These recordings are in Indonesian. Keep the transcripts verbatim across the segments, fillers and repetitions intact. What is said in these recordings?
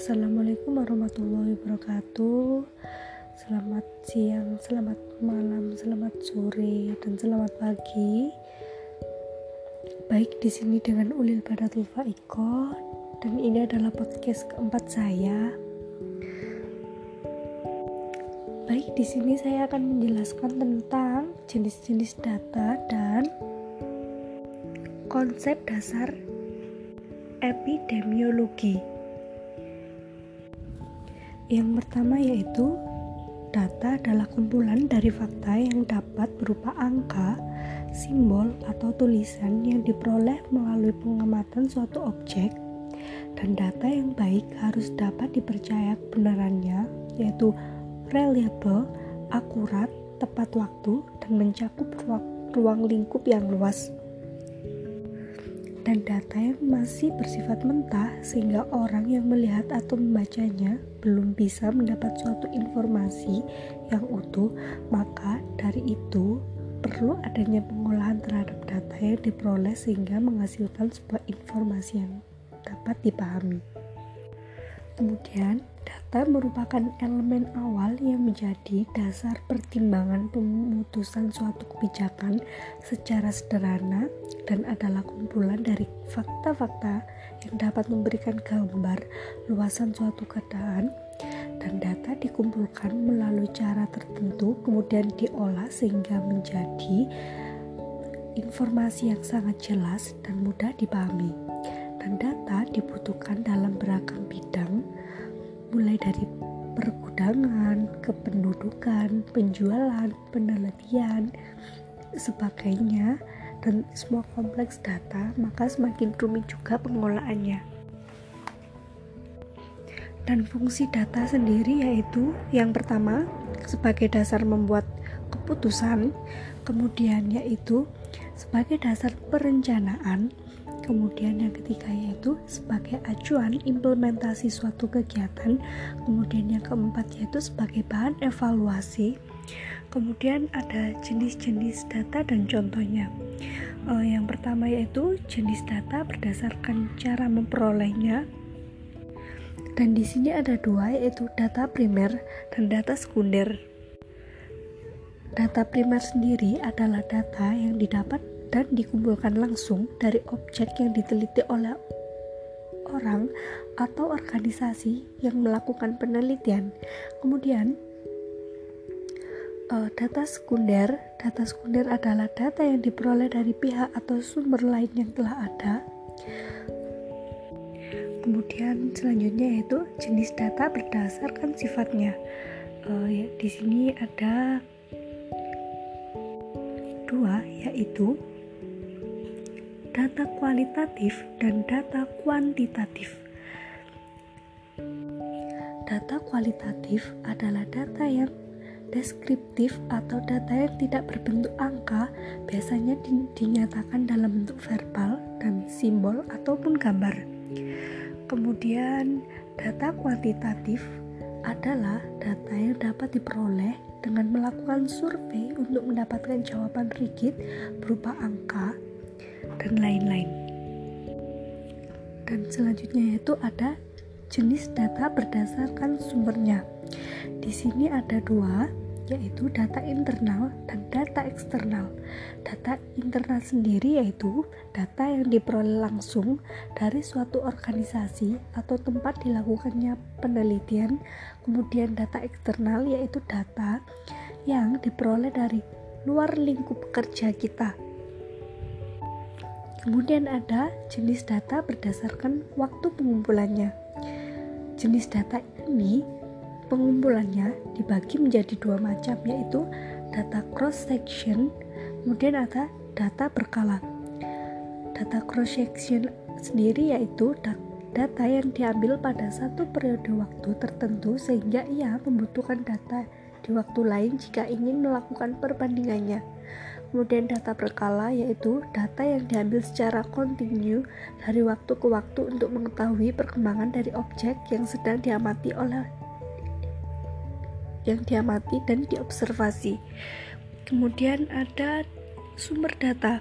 Assalamualaikum warahmatullahi wabarakatuh. Selamat siang, selamat malam, selamat sore, dan selamat pagi. Baik di sini dengan Ulil Badatul Faiko, dan ini adalah podcast keempat saya. Baik di sini saya akan menjelaskan tentang jenis-jenis data dan konsep dasar epidemiologi. Yang pertama yaitu data adalah kumpulan dari fakta yang dapat berupa angka, simbol, atau tulisan yang diperoleh melalui pengamatan suatu objek, dan data yang baik harus dapat dipercaya kebenarannya, yaitu reliable, akurat, tepat waktu, dan mencakup ruang lingkup yang luas. Dan data yang masih bersifat mentah sehingga orang yang melihat atau membacanya belum bisa mendapat suatu informasi yang utuh, maka dari itu perlu adanya pengolahan terhadap data yang diperoleh sehingga menghasilkan sebuah informasi yang dapat dipahami. Kemudian, data merupakan elemen awal yang menjadi dasar pertimbangan pemutusan suatu kebijakan secara sederhana dan adalah kumpulan dari fakta-fakta yang dapat memberikan gambar luasan suatu keadaan, dan data dikumpulkan melalui cara tertentu kemudian diolah sehingga menjadi informasi yang sangat jelas dan mudah dipahami. Dan data dibutuhkan dalam beragam bidang, mulai dari pergudangan, kependudukan, penjualan, penelitian, sebagainya, dan semua kompleks data, maka semakin rumit juga pengolahannya. Dan fungsi data sendiri yaitu yang pertama sebagai dasar membuat keputusan, kemudian yaitu sebagai dasar perencanaan, kemudian yang ketiga yaitu sebagai acuan implementasi suatu kegiatan, kemudian yang keempat yaitu sebagai bahan evaluasi. Kemudian ada jenis-jenis data dan contohnya. Uh, yang pertama yaitu jenis data berdasarkan cara memperolehnya. Dan di sini ada dua, yaitu data primer dan data sekunder. Data primer sendiri adalah data yang didapat dan dikumpulkan langsung dari objek yang diteliti oleh orang atau organisasi yang melakukan penelitian. Kemudian uh, data sekunder data sekunder adalah data yang diperoleh dari pihak atau sumber lain yang telah ada. Kemudian selanjutnya yaitu jenis data berdasarkan sifatnya. Uh, ya, di sini ada dua, yaitu data kualitatif dan data kuantitatif. Data kualitatif adalah data yang deskriptif atau data yang tidak berbentuk angka, biasanya dinyatakan dalam bentuk verbal dan simbol ataupun gambar. Kemudian data kuantitatif adalah data yang dapat diperoleh dengan melakukan survei untuk mendapatkan jawaban rigid berupa angka dan lain-lain. Dan selanjutnya yaitu ada jenis data berdasarkan sumbernya. Di sini ada dua, yaitu data internal dan data eksternal. Data internal sendiri yaitu data yang diperoleh langsung dari suatu organisasi atau tempat dilakukannya penelitian. Kemudian data eksternal yaitu data yang diperoleh dari luar lingkup kerja kita. Kemudian ada jenis data berdasarkan waktu pengumpulannya. Jenis data ini pengumpulannya dibagi menjadi dua macam, yaitu data cross section, kemudian ada data berkala. Data cross section sendiri yaitu data yang diambil pada satu periode waktu tertentu sehingga ia membutuhkan data di waktu lain jika ingin melakukan perbandingannya. Kemudian data berkala yaitu data yang diambil secara kontinu dari waktu ke waktu untuk mengetahui perkembangan dari objek yang sedang diamati oleh yang diamati dan diobservasi. Kemudian ada sumber data.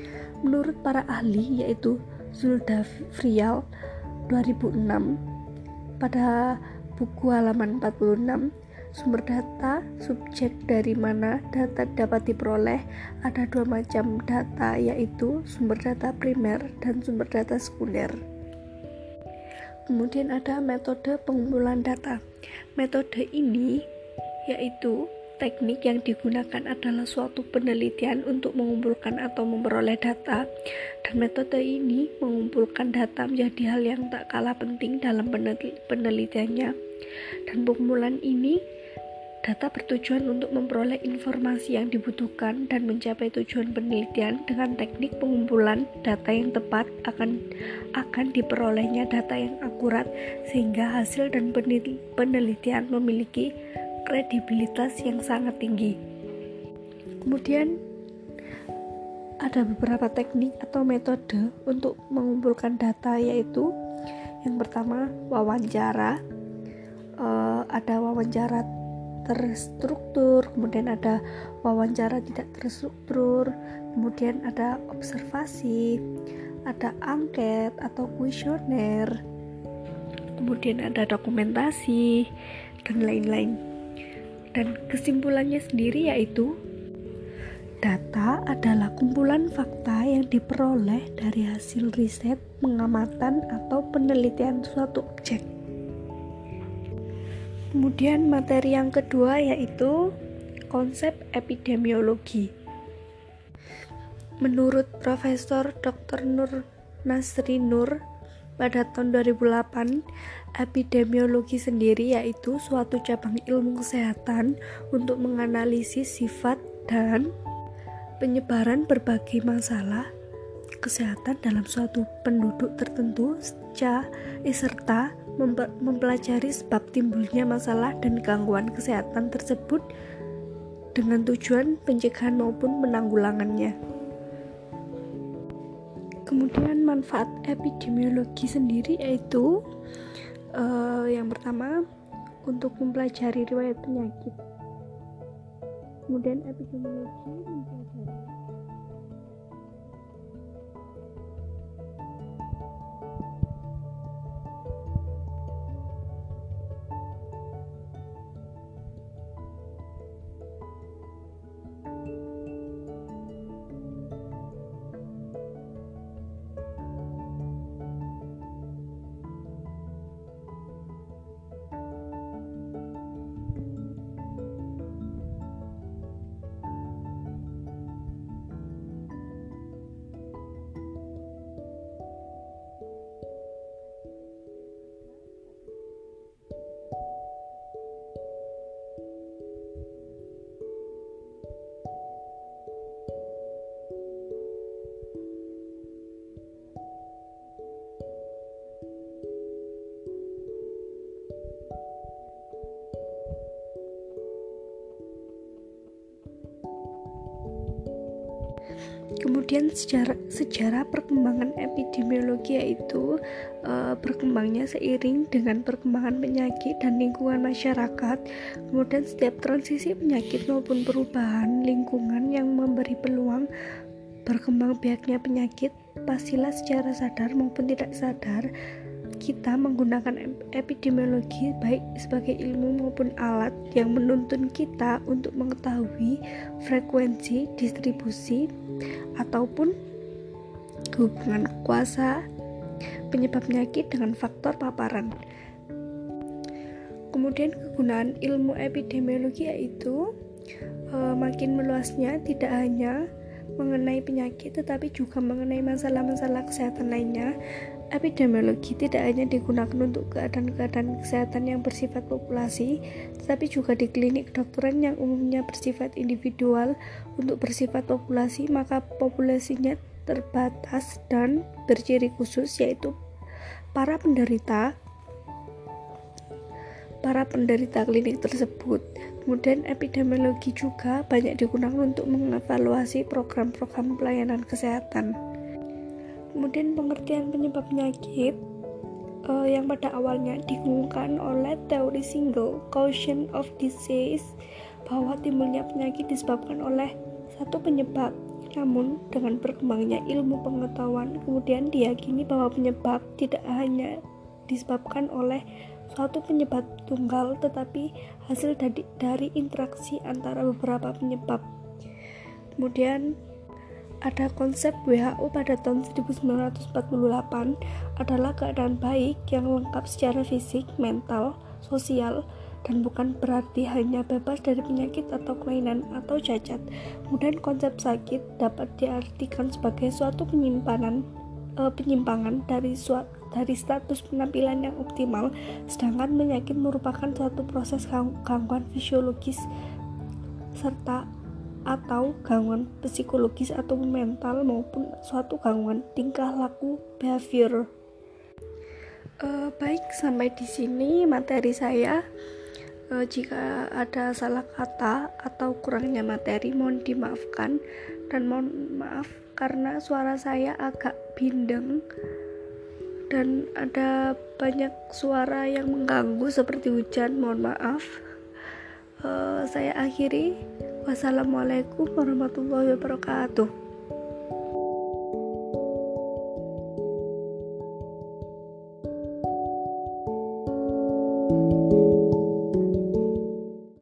Menurut para ahli yaitu Zuldavriel dua ribu enam, pada buku halaman empat puluh enam, sumber data, subjek dari mana data dapat diperoleh. Ada dua macam data, yaitu sumber data primer dan sumber data sekunder. Kemudian ada metode pengumpulan data. Metode ini yaitu teknik yang digunakan adalah suatu penelitian untuk mengumpulkan atau memperoleh data, dan metode ini mengumpulkan data menjadi hal yang tak kalah penting dalam penelitiannya. Dan pengumpulan ini, data bertujuan untuk memperoleh informasi yang dibutuhkan dan mencapai tujuan penelitian. Dengan teknik pengumpulan data yang tepat akan akan diperolehnya data yang akurat, sehingga hasil dan penelitian memiliki kredibilitas yang sangat tinggi. Kemudian ada beberapa teknik atau metode untuk mengumpulkan data, yaitu yang pertama wawancara. E, ada wawancara terstruktur, kemudian ada wawancara tidak terstruktur, kemudian ada observasi, ada angket atau kuesioner, kemudian ada dokumentasi, dan lain-lain. Dan kesimpulannya sendiri yaitu data adalah kumpulan fakta yang diperoleh dari hasil riset, pengamatan, atau penelitian suatu objek. Kemudian materi yang kedua yaitu konsep epidemiologi. Menurut Profesor doktor Nur Nasri Nur pada tahun dua ribu delapan, epidemiologi sendiri yaitu suatu cabang ilmu kesehatan untuk menganalisis sifat dan penyebaran berbagai masalah kesehatan dalam suatu penduduk tertentu, serta mempelajari sebab timbulnya masalah dan gangguan kesehatan tersebut dengan tujuan pencegahan maupun penanggulangannya. Kemudian manfaat epidemiologi sendiri yaitu uh, yang pertama untuk mempelajari riwayat penyakit. Kemudian epidemiologi mempelajari Kemudian sejarah, sejarah perkembangan epidemiologi yaitu e, berkembangnya seiring dengan perkembangan penyakit dan lingkungan masyarakat. Kemudian setiap transisi penyakit maupun perubahan lingkungan yang memberi peluang berkembang biaknya penyakit, pastilah secara sadar maupun tidak sadar kita menggunakan epidemiologi baik sebagai ilmu maupun alat yang menuntun kita untuk mengetahui frekuensi, distribusi, ataupun hubungan kuasa penyebab penyakit dengan faktor paparan. Kemudian kegunaan ilmu epidemiologi yaitu e, makin meluasnya tidak hanya mengenai penyakit tetapi juga mengenai masalah-masalah kesehatan lainnya. Epidemiologi tidak hanya digunakan untuk keadaan-keadaan kesehatan yang bersifat populasi, tetapi juga di klinik kedokteran yang umumnya bersifat individual. Untuk bersifat populasi, maka populasinya terbatas dan berciri khusus, yaitu para penderita para penderita klinik tersebut. Kemudian epidemiologi juga banyak digunakan untuk mengevaluasi program-program pelayanan kesehatan. Kemudian pengertian penyebab penyakit uh, yang pada awalnya dikembangkan oleh teori single causation of disease, bahwa timbulnya penyakit disebabkan oleh satu penyebab. Namun dengan berkembangnya ilmu pengetahuan, kemudian diyakini bahwa penyebab tidak hanya disebabkan oleh suatu penyebab tunggal, tetapi hasil dari, dari interaksi antara beberapa penyebab. Kemudian ada konsep W H O pada tahun seribu sembilan ratus empat puluh delapan adalah keadaan baik yang lengkap secara fisik, mental, sosial, dan bukan berarti hanya bebas dari penyakit atau kelainan atau cacat. Kemudian konsep sakit dapat diartikan sebagai suatu penyimpanan eh, penyimpangan dari suatu dari status penampilan yang optimal, sedangkan penyakit merupakan suatu proses gangguan fisiologis serta atau gangguan psikologis atau mental maupun suatu gangguan tingkah laku behavior. Uh, baik, sampai di sini materi saya. Uh, jika ada salah kata atau kurangnya materi mohon dimaafkan, dan mohon maaf karena suara saya agak bindeng dan ada banyak suara yang mengganggu seperti hujan, mohon maaf. Uh, saya akhiri. Wassalamualaikum warahmatullahi wabarakatuh. Thank you.